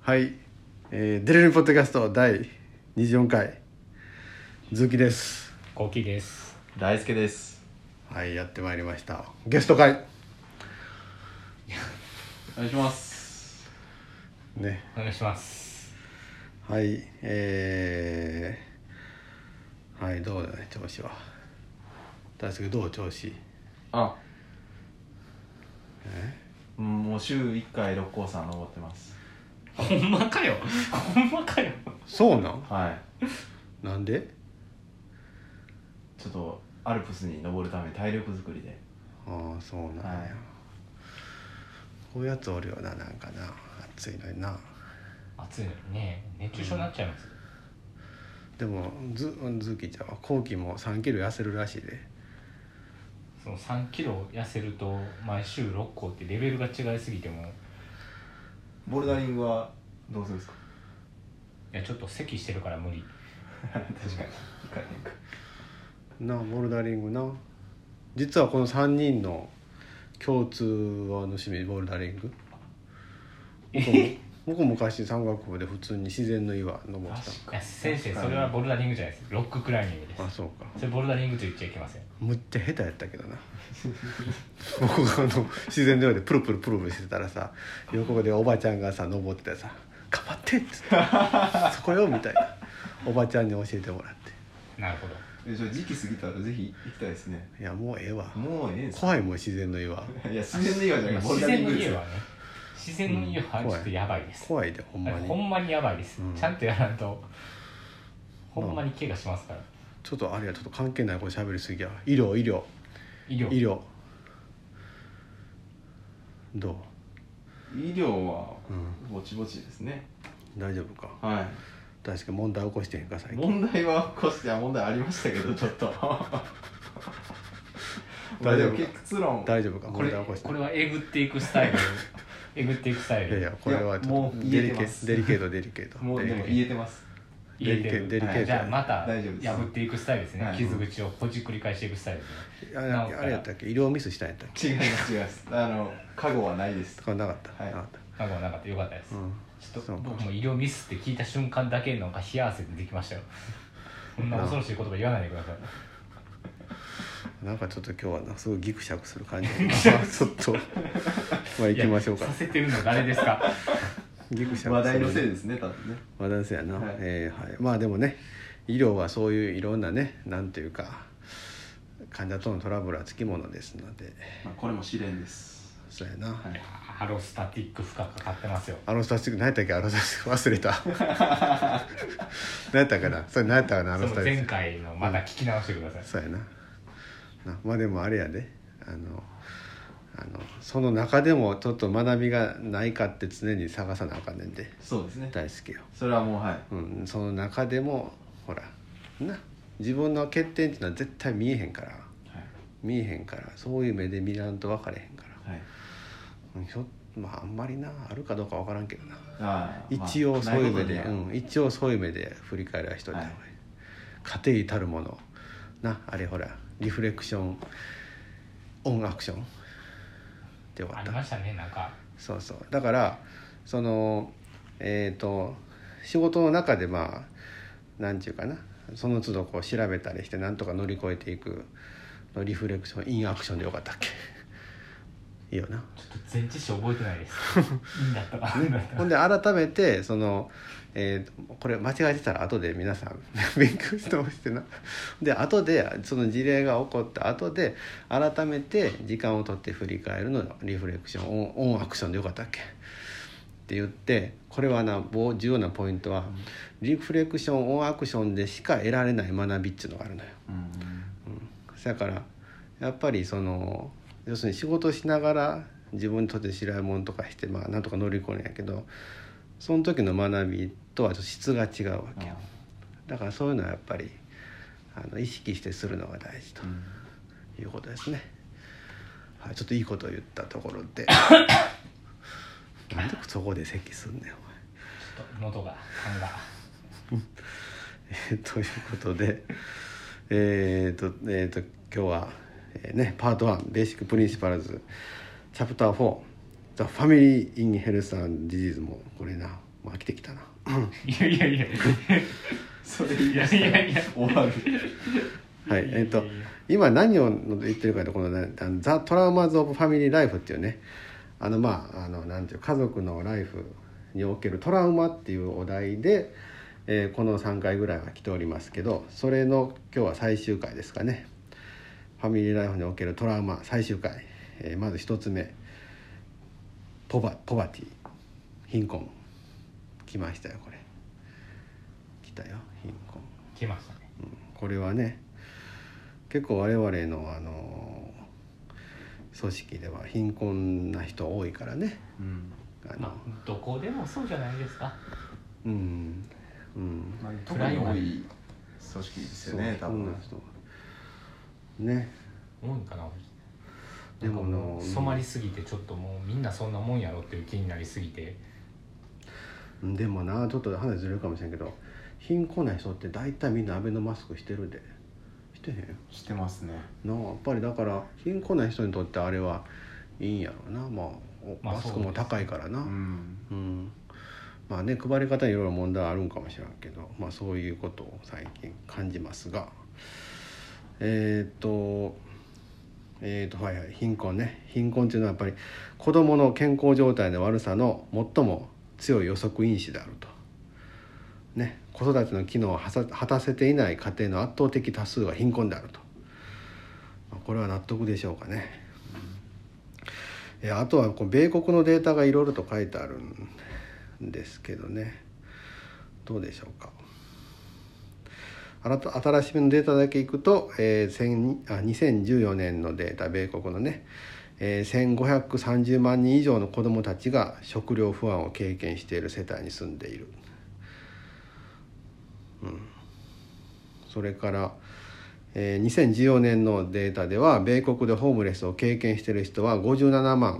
はい、デレルポッドキャスト第24回ズキです。 コウキです。 大輔です。 はい、やってまいりました。ゲスト会お願いしますね。 お願いします。 はい、はい、どうだね、調子は。大輔どう調子？ もう週1回六甲山登ってます。 ほんまかよ。ほんまかよ。 そうなん？ はい。 なんで？ ちょっとアルプスに登るために体力作りで。 ああ、そうなんや、はい、こういうやつおるよな、なんかな、暑いのにな。 暑いのにね、熱中症になっちゃいます。 でもズキちゃんは後期も3キロ痩せるらしいで。 その3キロ痩せると毎週6個ってレベルが違いすぎても。 ボルダリングはどうするんですか？ いや、ちょっと咳してるから無理。 確かにいかへんかな、ボルダリングな。実はこの3人の共通は趣味ボルダリング。僕も昔山岳部で普通に自然の岩登ってた。 いや先生、それはボルダリングじゃないです。ロッククライミングです。 あ、そうか。 それボルダリングと言っちゃいけません。 むっちゃ下手やったけどな。僕が自然の岩でプルプルプルプルしてたらさ、横でおばちゃんがさ登ってさ、頑張ってっつってそこよみたいなおばちゃんに教えてもらって。 なるほど。 じゃあ時期過ぎたらぜひ行きたいですね。 いや、もうええわ。 もうええんすか？ 怖いもん、自然の岩。 いや、自然の岩じゃない、ボルダリングですよ。 自然の家はちょっとやばいです。 怖いで、ほんまに。 ほんまにやばいです、 うん、 ちゃんとやらんとほんまに怪我しますから。 ちょっとあれや、ちょっと関係ないこと喋りすぎや。医療どう？ 医療はぼちぼちですね、 大丈夫か？ はい。 確か問題起こしてへんか最近。 問題は起こしては問題ありましたけどちょっと大丈夫か？ 結論大丈夫か？問題起こしてこれはえぐっていくスタイルえぐっていくスタイル。 いやこれはちょっとデリケートもうでも言えてます。 デリケート、はい、 じゃあまた大丈夫です。 破っていくスタイルですね、 はい、 傷口をほじくり返していくスタイルですね。 あれやったっけ？医療ミスしたんやったっけ？ 違います過去はないです。 なかった、 はい、 過去はなかった。よかったです、ちょっと僕も医医療ミスって聞いた瞬間だけなんか冷や汗でできましたよ。そんな恐ろしい言葉言わないでください。 なんかちょっと今日はな、すごいギクシャクする感じでちょっとまあ行きましょうか。 させてるの誰ですか？ ギクシャクする話題のせいですね、多分ね。 話題のせいやな、 はい。 はい、まあでもね、医療はそういういろんなね、なんていうか患者とのトラブルはつきものですので、 まあ、これも試練です。 そうやな、はい、 アロスタティック負荷かかってますよ。 アロスタティック何やったっけ？アロスタティック忘れた何やったかな、それ何やったかな、アロスタティック。 前回のまた聞き直してください、 そうやな。まあでもあれやで、その中でもちょっと学びがないかって常に探さなあかんねんで。 そうですね、 大好きよ。 それはもう、はい、 その中でもほらな、自分の欠点っていうのは絶対見えへんから、はい、見えへんから、そういう目で見らんと分かれへんから、はい、まああんまりな、あるかどうか分からんけどな、一応そういう目で、一応そういう目で振り返りはしといた方がいい、家庭たるものな、あれほらリフレクションオンアクションってよかった。 ありましたね、なんか。 そうだからその仕事の中でまあなんていうかな、その都度こう調べたりしてなんとか乗り越えていくリフレクションインアクションでよかったっけ？いいよな。 ちょっと前置詞覚えてないですいいんだったかほんで改めてその、これ間違えてたら後で皆さん勉強してほしいな。で後でその事例が起こった後で改めて時間を取って振り返るのリフレクションオンアクションでよかったっけって言って、これはな、重要なポイントはリフレクションオンアクションでしか得られない学びっていうのがあるのよ。だからやっぱりその要するに仕事しながら自分にとって知らないものとかして、まあなんとか乗り越えるんやけど、その時の学びとはちょっと質が違うわけよ。だからそういうのはやっぱり意識してするのが大事ということですね。はい、ちょっといいことを言ったところでなんでそこで咳すんねんお前。ちょっと喉が痰がということで今日はパート1ベーシックプリンシパルズチャプター4 ザ・ファミリー・イン・ヘルス・アンド・ディジーズもこれな、もう飽きてきたな。 いやいやいやそれ言い出したら終わる。 はい、今何を言ってるかと、このね「ザ・トラウマズ・オブ・ファミリー・ライフ」っていうね、なんていう家族のライフにおけるトラウマっていうお題で、この3回ぐらいは来ておりますけど、それの今日は最終回ですかね。ファミリーライフにおけるトラウマ最終回、まず1つ目、ポバティ、貧困。来ましたよ、これ来たよ、貧困来ましたね、 これはね結構我々の組織では貧困な人多いからね、 どこでもそうじゃないですか。 特に多い組織ですよね、多分ね。 多いかな。 でも染まりすぎてちょっともうみんなそんなもんやろっていう気になりすぎて。 でもな、ちょっと話ずれるかもしれんけど、貧困な人って大体みんなアベノマスクしてるで。してへん？ してますね。 やっぱりだから貧困な人にとってあれはいいんやろうな。マスクも高いからな。まあね、配り方にいろいろ問題あるんかもしれんけど、そういうことを最近感じますが、貧困ね。貧困っていうのはやっぱり子どもの健康状態の悪さの最も強い予測因子であると、ね、子育ての機能を果たせていない家庭の圧倒的多数が貧困であると、これは納得でしょうかね。あとは米国のデータがいろいろと書いてあるんですけどね、どうでしょうか。新しめのデータだけいくと、2014年のデータ、米国のね、1530万人以上の子どもたちが食料不安を経験している世帯に住んでいる、それから、2014年のデータでは米国でホームレスを経験している人は57万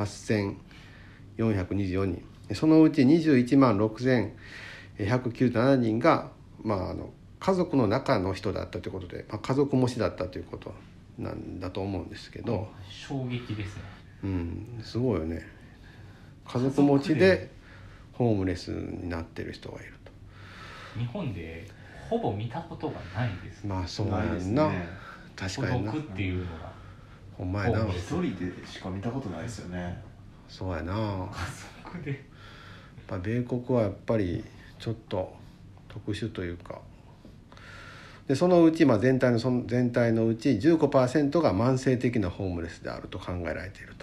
8424人、そのうち21万6197人が、家族の中の人だったということで、家族持ちだったということなんだと思うんですけど、 衝撃ですね。 すごいよね。家族持ちでホームレスになってる人がいると。 日本でほぼ見たことがないです。 そうやんな、確かにな。 孤独っていうのがほんまやな。 一人でしか見たことないですよね。 そうやな。 家族で米国はやっぱりちょっと特殊というか、でそのうち、全体のうち 15% が慢性的なホームレスであると考えられている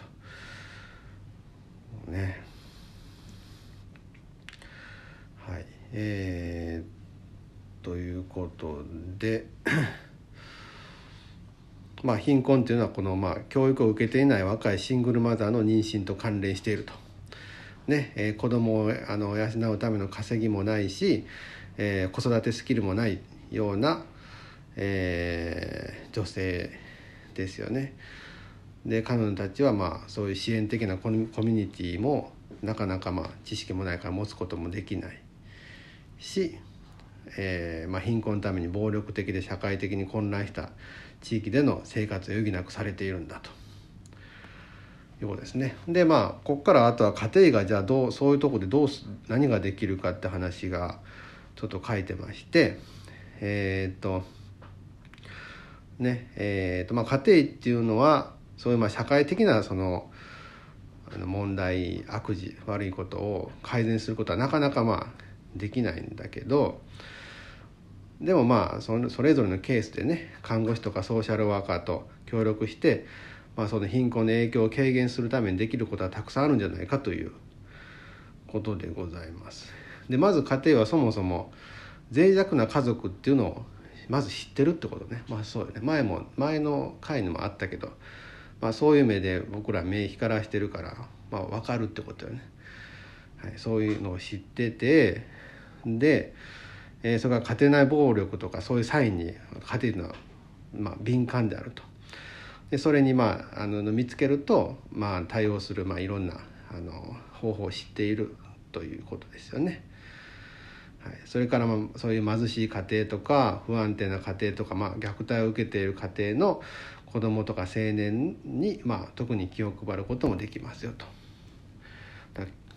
とね。はい、ということで貧困というのはこの、教育を受けていない若いシングルマザーの妊娠と関連していると、ね。子供を養うための稼ぎもないし、子育てスキルもないような、女性ですよね。で彼女たちはそういう支援的なコミュニティもなかなか知識もないから持つこともできないし、貧困のために暴力的で社会的に混乱した地域での生活を余儀なくされているんだということですね。でここからあとは家庭がじゃあそういうところで何ができるかって話がちょっと書いてまして、家庭っていうのはそういう社会的なその問題、悪事、悪いことを改善することはなかなかできないんだけど、でもそれぞれのケースでね、看護師とかソーシャルワーカーと協力して、その貧困の影響を軽減するためにできることはたくさんあるんじゃないかということでございます。でまず家庭はそもそも脆弱な家族っていうのをまず知ってるってことね。そうよね。前の回にもあったけど、そういう目で僕ら目光らしてるから、分かるってことよね。はい、そういうのを知ってて、で、それから家庭内暴力とかそういうサインに家庭の敏感であると。でそれに見つけると対応するいろんな方法を知っているということですよね。はい、それからそういう貧しい家庭とか不安定な家庭とか、虐待を受けている家庭の子どもとか青年に、特に気を配ることもできますよと。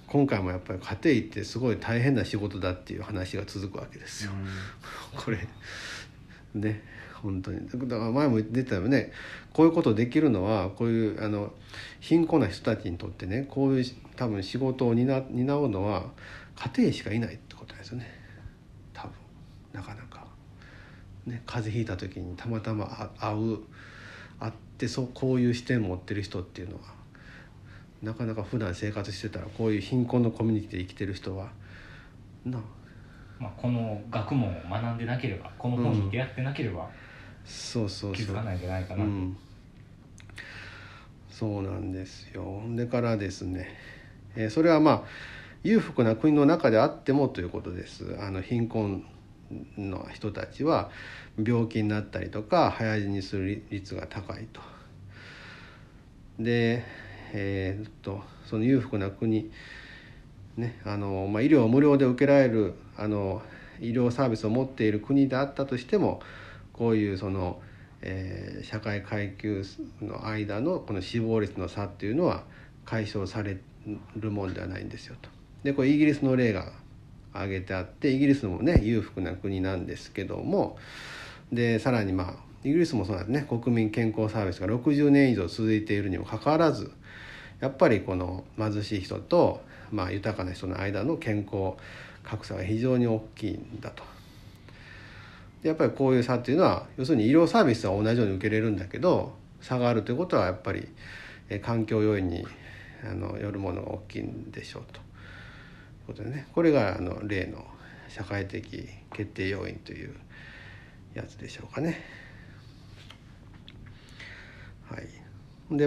今回もやっぱり家庭ってすごい大変な仕事だっていう話が続くわけですよ、これね本当に。だから前も言ってたよね、こういうことできるのはこういう貧困な人たちにとってね、こういう多分仕事を担うのは家庭しかいないってことですよね多分。なかなかね、風邪ひいた時にたまたま会ってこういう視点を持ってる人っていうのはなかなか普段生活してたら、こういう貧困のコミュニティで生きてる人はこの学問を学んでなければ、この本に出会ってなければ、 そうそうそう、 気づかないんじゃないかなと、 そうなんですよ。だからですね、それは裕福な国の中であってもということです。貧困の人たちは病気になったりとか早死にする率が高いと。で、その裕福な国ね、医療を無料で受けられる医療サービスを持っている国であったとしても、こういう社会階級の間のこの死亡率の差っていうのは解消されるもんではないんですよと。でこれイギリスの例が挙げてあって、イギリスもね裕福な国なんですけども、でさらにイギリスもそうなんですね、国民健康サービスが60年以上続いているにもかかわらず、やっぱりこの貧しい人と豊かな人の間の健康格差が非常に大きいんだと。でやっぱりこういう差っていうのは、要するに医療サービスは同じように受けれるんだけど、差があるということはやっぱり環境要因によるものが大きいんでしょうということでね、これが例の社会的決定要因というやつでしょうかね。はい。で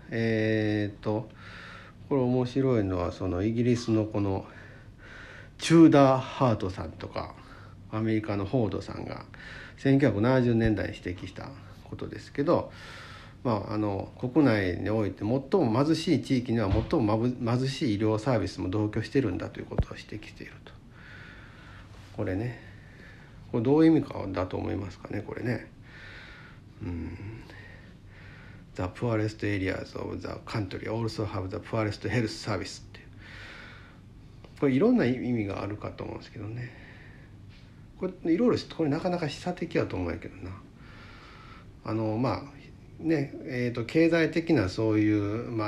これ面白いのは、そのイギリスのこのチューダー・ハートさんとかアメリカのフォードさんが1970年代に指摘したことですけど、国内において最も貧しい地域には最も貧しい医療サービスも同居しているんだということを指摘していると。これね、これどういう意味かだと思いますかね、これね。The poorest areas of the country also have the poorest health service っていう、これいろんな意味があるかと思うんですけどね。これいろいろこれなかなか示唆的やと思うんやけどな。経済的なそういう、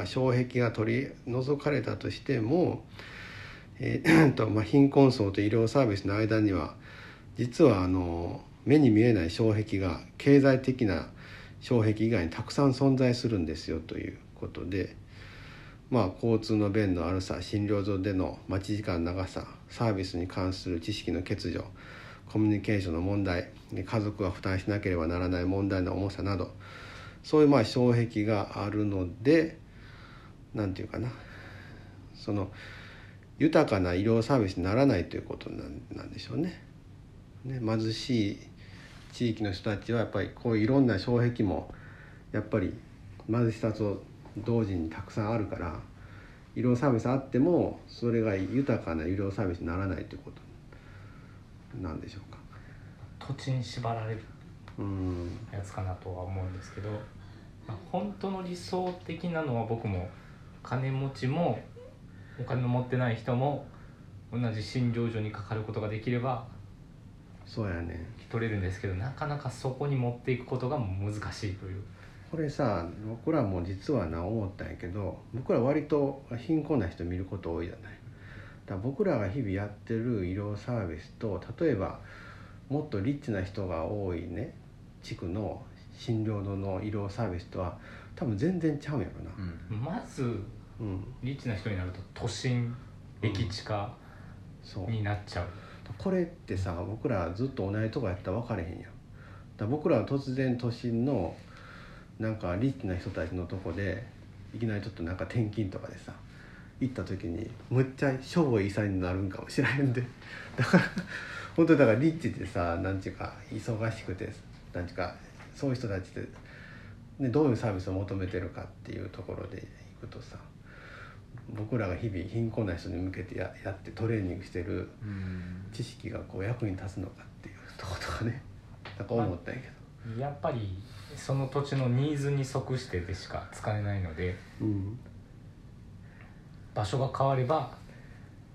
障壁が取り除かれたとしても、貧困層と医療サービスの間には実は目に見えない障壁が経済的な障壁以外にたくさん存在するんですよということで、交通の便の悪さ、診療所での待ち時間の長さ、サービスに関する知識の欠如、コミュニケーションの問題、家族が負担しなければならない問題の重さなど、そういう障壁があるので、なんていうかな、その豊かな医療サービスにならないということなんでしょうね。貧しい地域の人たちはやっぱりこういういろんな障壁もやっぱり貧しさと同時にたくさんあるから、医療サービスあってもそれが豊かな医療サービスにならないということなんでしょうか。 土地に縛られるやつかなとは思うんですけど、本当の理想的なのは、僕も金持ちもお金の持ってない人も同じ診療所にかかることができればそうやね、 取れるんですけど、なかなかそこに持っていくことが難しいという。 これさ、僕らも実は思ったんやけど、僕ら割と貧困な人見ること多いじゃない。だから僕らが日々やってる医療サービスと、例えばもっとリッチな人が多いね地区の診療所の医療サービスとは多分全然ちゃうんやろな。 まず、リッチな人になると都心、駅地下になっちゃう。 これってさ、僕らずっと同じとこやったら分かれへんやん。だから僕らは突然都心のなんかリッチな人たちのとこでいきなりちょっとなんか転勤とかでさ行った時にむっちゃしょぼい医者になるんかもしれへんで。だから本当にだからリッチでさ、なんていうか忙しくて、なんていうかそういう人たちで、ね、どういうサービスを求めてるかっていうところで行くとさ、僕らが日々貧困な人に向けて やってトレーニングしてる知識がこう役に立つのかっていうところとかね、なんか思ったんやけど、 やっぱりその土地のニーズに即してでしか使えないので、場所が変われば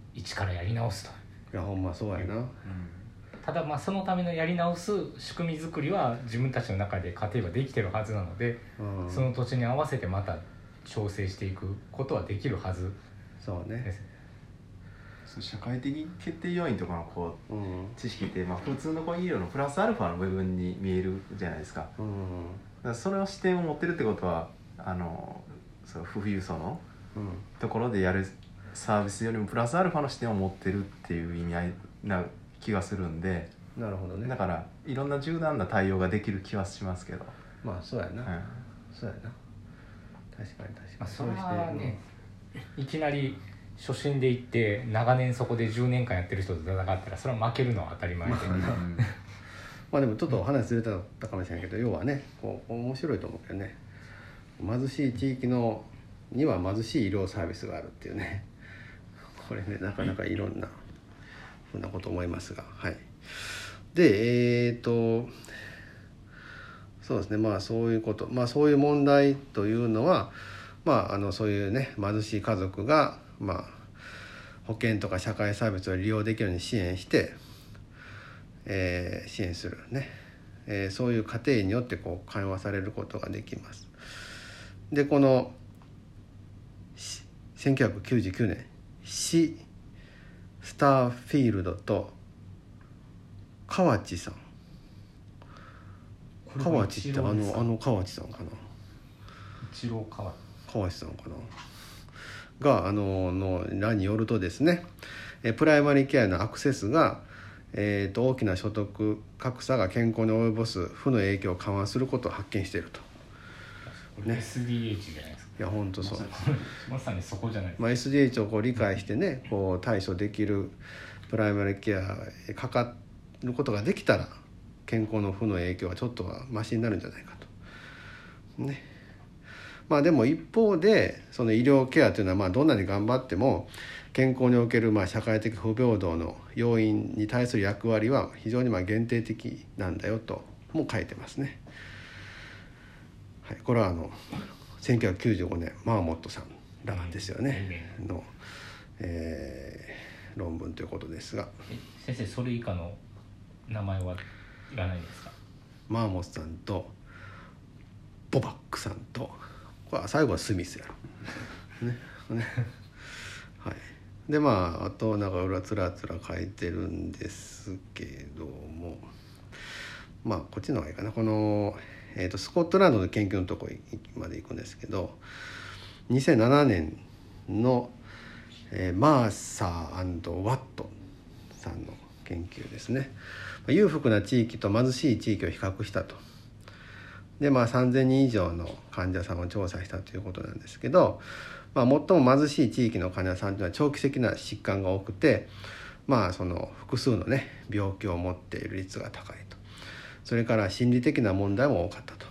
一からやり直すと。 いやほんまそうやな、 ただまあそのためのやり直す仕組み作りは自分たちの中で家庭はできてるはずなので、その土地に合わせてまた調整していくことはできるはずそうねです。 そう社会的決定要因とかのこう、知識って、まあ、普通のこう医療のプラスアルファの部分に見えるじゃないですか。だからそれを視点を持ってるってことはそう富裕層のところでやるサービスよりもプラスアルファの視点を持ってるっていう意味合いな気がするんで、 なるほどね。 だからいろんな柔軟な対応ができる気はしますけど。 まあそうやな、そうやな、確かに確かに、 まあ、それはね、いきなり初心で行って長年そこで10年間やってる人と戦ったらそれは負けるのは当たり前で、 まあでもちょっと話ずれたかもしれないけど、要はねこう面白いと思うけどね、貧しい地域のには貧しい医療サービスがあるっていうね、これねなかなかいろんなふうなこと思いますが、はい。でそうですね、まあそういうこと、まあそういう問題というのは、まあそういうね貧しい家族がまあ保険とか社会サービスを利用できるように支援して、支援するね、そういう過程によってこう緩和されることができます。でこの1999年シ・スターフィールドと河内さん、河内ってあの河内さんかな、 一郎河内さんかながのらによるとですね、プライマリーケアのアクセスが、大きな所得格差が健康に及ぼす負の影響を緩和することを発見していると。 ね、SDH じゃないですか。 いや本当そう。 まさにそこじゃないですか。 まあ、SDH をこう理解してね、こう対処できるプライマリーケアへかかることができたら健康の負の影響はちょっとはマシになるんじゃないかと。ね。まあでも一方でその医療ケアというのはまあどんなに頑張っても健康におけるまあ社会的不平等の要因に対する役割は非常にまあ限定的なんだよとも書いてますね。はい、これは1995年マーモットさんらですよね、の、論文ということですが、 先生それ以下の名前はいらないですか？ マーモットさんとボバックさんと、これは最後はスミスやろねはい。でまああとなんか裏つらつら書いてるんですけども、まあこっちの方がいいかな。このスコットランドの研究のところまで行くんですけど、2007年の、マーサー&ワットさんの研究ですね。裕福な地域と貧しい地域を比較したと。でまあ3000人以上の患者さんを調査したということなんですけど、まあ、最も貧しい地域の患者さんというのは長期的な疾患が多くて、まあその複数のね病気を持っている率が高いと。それから心理的な問題も多かったと。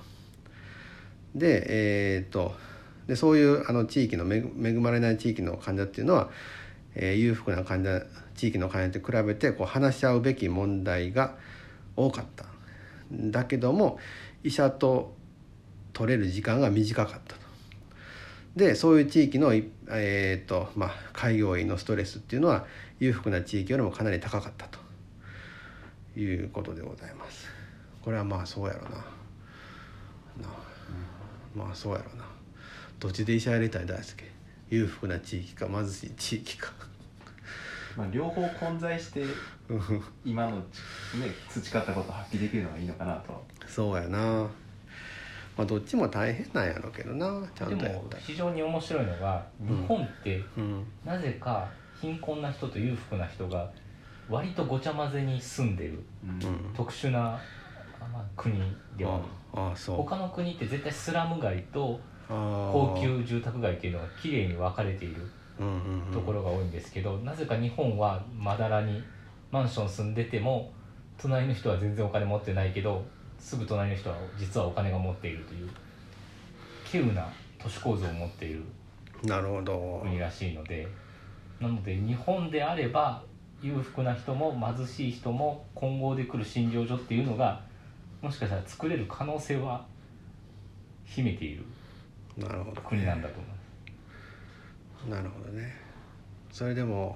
でそういう地域の恵まれない地域の患者っていうのは、裕福な患者地域の患者と比べてこう話し合うべき問題が多かっただけども医者と取れる時間が短かったと。でそういう地域の、開業医のストレスっていうのは裕福な地域よりもかなり高かったということでございます。これはまあそうやろな、まあそうやろな。どっちで医者やりたい大輔、裕福な地域か貧しい地域かまあ、両方混在して今の、ね、培ったことを発揮できるのがいいのかなと。 そうやな、まあ、どっちも大変なんやろうけどな、ちゃんとやったら。 でも非常に面白いのが、日本ってなぜか貧困な人と裕福な人が割とごちゃ混ぜに住んでる、特殊な、国ではある。他の国って絶対スラム街と高級住宅街っていうのがきれいに分かれているところが多いんですけど、なぜか日本はまだらにマンション住んでても隣の人は全然お金持ってないけどすぐ隣の人は実はお金が持っているという稀有な都市構造を持っている国らしいので、なので日本であれば裕福な人も貧しい人も混合で来る診療所っていうのがもしかしたら作れる可能性は秘めている国なんだと思います。 なるほどね。それでも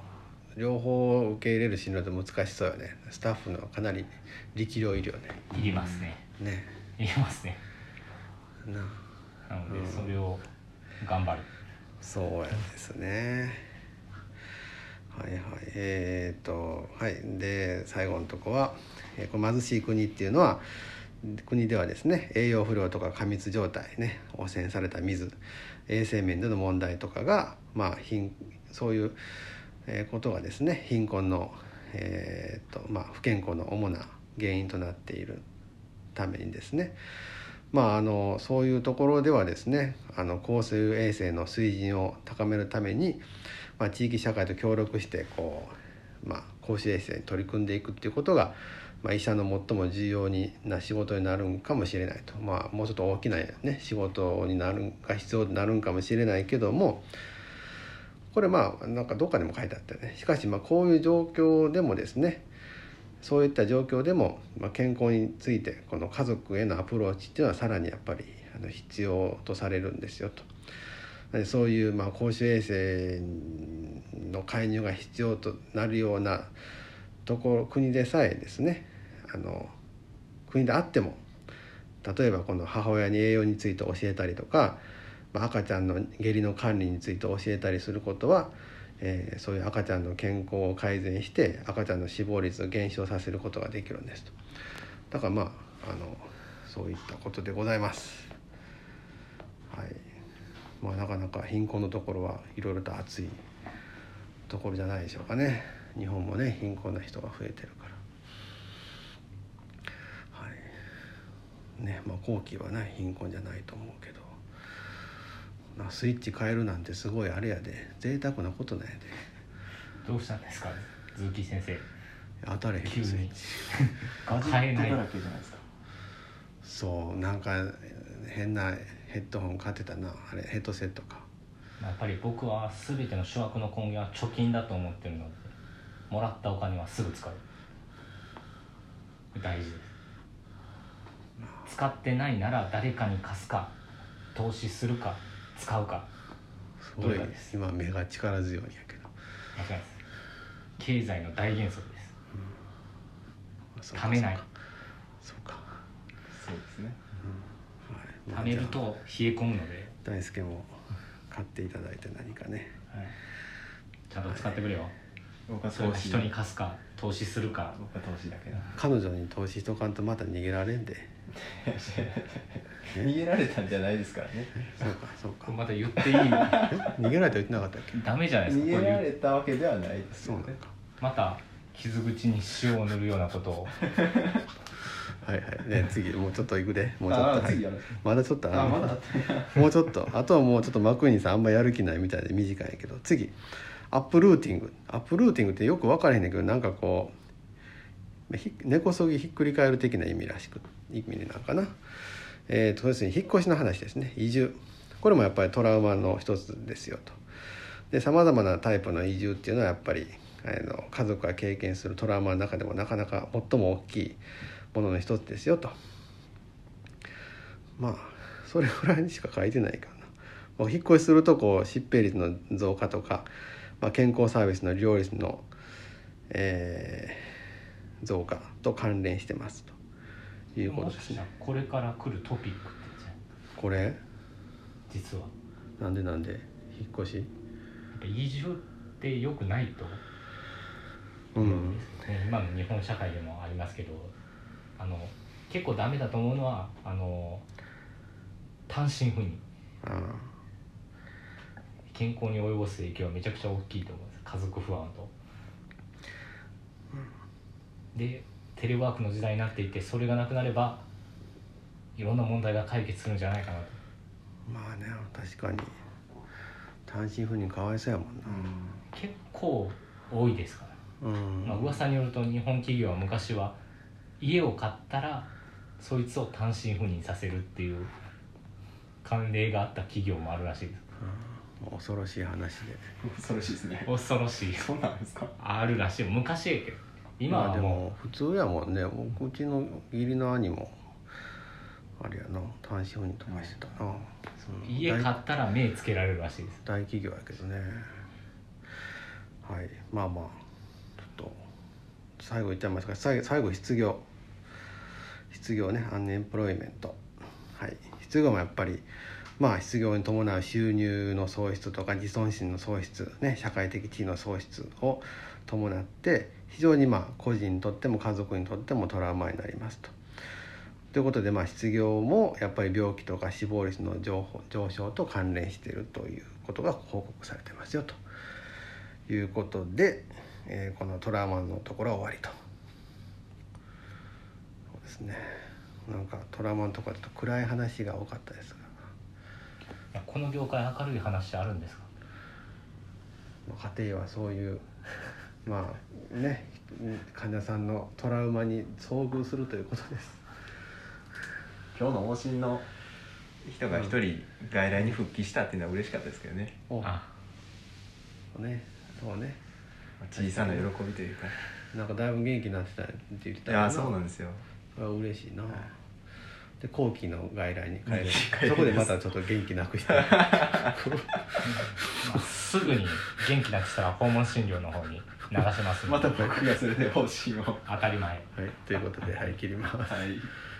両方受け入れる診療って難しそうよね。スタッフのかなり力量いるよね。 いりますね。 ね。 いりますね。 なのでそれを頑張る。 そうやですね。はいはいはい。で最後のとこは、この貧しい国っていうのは国ではですね、栄養不良とか過密状態ね、汚染された水、衛生面での問題とかがそういうことがですね、貧困の、不健康の主な原因となっているためにですね、そういうところではですね、公衆衛生の水準を高めるために、地域社会と協力して公衆衛生に取り組んでいくっていうことが、医者の最も重要な仕事になるんかもしれないと、もうちょっと大きな、仕事が必要になるんかもしれないけども、これなんかどっかでも書いてあったよね。しかしこういう状況でもですね、そういった状況でも、健康についてこの家族へのアプローチっていうのはさらにやっぱり必要とされるんですよと。そういう公衆衛生の介入が必要となるような国でさえですね、国であっても、例えばこの母親に栄養について教えたりとか、赤ちゃんの下痢の管理について教えたりすることは、そういう赤ちゃんの健康を改善して赤ちゃんの死亡率を減少させることができるんですと。だからそういったことでございます。はい。なかなか貧困のところはいろいろと熱いところじゃないでしょうかね。日本もね、貧困な人が増えてるから。はいね。後期はね貧困じゃないと思うけど、スイッチ変えるなんてすごいあれやで、贅沢なことなんやで。 どうしたんですか、鈴木先生。 当たれへん急にスイッチガジェットだらけじゃないですか。 そう、なんか変なヘッドホン買ってたな、あれヘッドセットか。 やっぱり僕は全ての諸悪の根源は貯金だと思ってるので、もらったお金はすぐ使う。大事です。使ってないなら誰かに貸すか投資するか使うか、 すごい今目が力強いんやけど。 間違いないです。経済の大原則です。貯めない。 そうか。 そうですね。 貯めると冷え込むので、 大輔も買っていただいて何かね、 ちゃんと使ってくれよ。 僕はそれが人に貸すか投資するか。 僕は投資だけだ。 彼女に投資しとかんとまた逃げられんで。 逃げられたんじゃないですからね。 そうか。 また言っていい逃げられた言ってなかったっけ。 ダメじゃないですか。 逃げられたわけではないですよね。 また傷口に塩を塗るようなことをはいね、次もうちょっと行くで、もうちょっと次やる。 まだちょっとまだもうちょっとあとはもうちょっとマクイーンさんあんまやる気ないみたいで短いんやけど、次アップルーティングってよく分からへんねんけど、なんかこう根こそぎひっくり返る的な意味になるかな。要するに引っ越しの話ですね。移住、これもやっぱりトラウマの一つですよと。でさまざまなタイプの移住っていうのはやっぱり家族が経験するトラウマの中でもなかなか最も大きいものの一つですよと。それぐらいにしか書いてないかな。引っ越しすると疾病率の増加とか、健康サービスの利用率の、増加と関連してますということですね。 これから来るトピックってこれ実はなんで引っ越し移住って良くないと思うんですよね。今の日本社会でもありますけど、結構ダメだと思うのは単身赴任。健康に及ぼす影響はめちゃくちゃ大きいと思うんです。家族不安と。でテレワークの時代になっていて、それがなくなればいろんな問題が解決するんじゃないかなと。 確かに単身赴任かわいそうやもんな。 結構多いですから、噂によると日本企業は昔は家を買ったらそいつを単身赴任させるっていう慣例があった企業もあるらしいです。 恐ろしい話で。 恐ろしいですね。 恐ろしい。 そうなんですか。 あるらしい。昔やけど今はでも普通やもんね。うちの義理の兄もあれやな、単身赴任とかしてたな。 家買ったら目つけられるらしいです。 大企業やけどね。はい、 最後言っちゃいますが、最後失業ね、アンエンプロイメント、はい、失業もやっぱり失業に伴う収入の喪失とか自尊心の喪失、ね、社会的地位の喪失を伴って非常に個人にとっても家族にとってもトラウマになりますと。ということで失業もやっぱり病気とか死亡率の上昇と関連しているということが報告されてますよということで、このトラウマのところは終わりと。そうですね、なんかトラウマのところだと暗い話が多かったですが、この業界明るい話あるんですか？ 家庭はそういうね、患者さんのトラウマに遭遇するということです。 今日の往診の人が一人外来に復帰したっていうのは嬉しかったですけどね。 そうね小さな喜びというか、 なんかだいぶ元気になってたって言ってた。 いやそうなんですよ。 それは嬉しいな。で後期の外来に帰るそこでまたちょっと元気なくしてすぐに元気なくしたら訪問診療の方に流しますのでまた僕がそれで往診を当たり前。 はい、ということで、はい、切ります。 はい。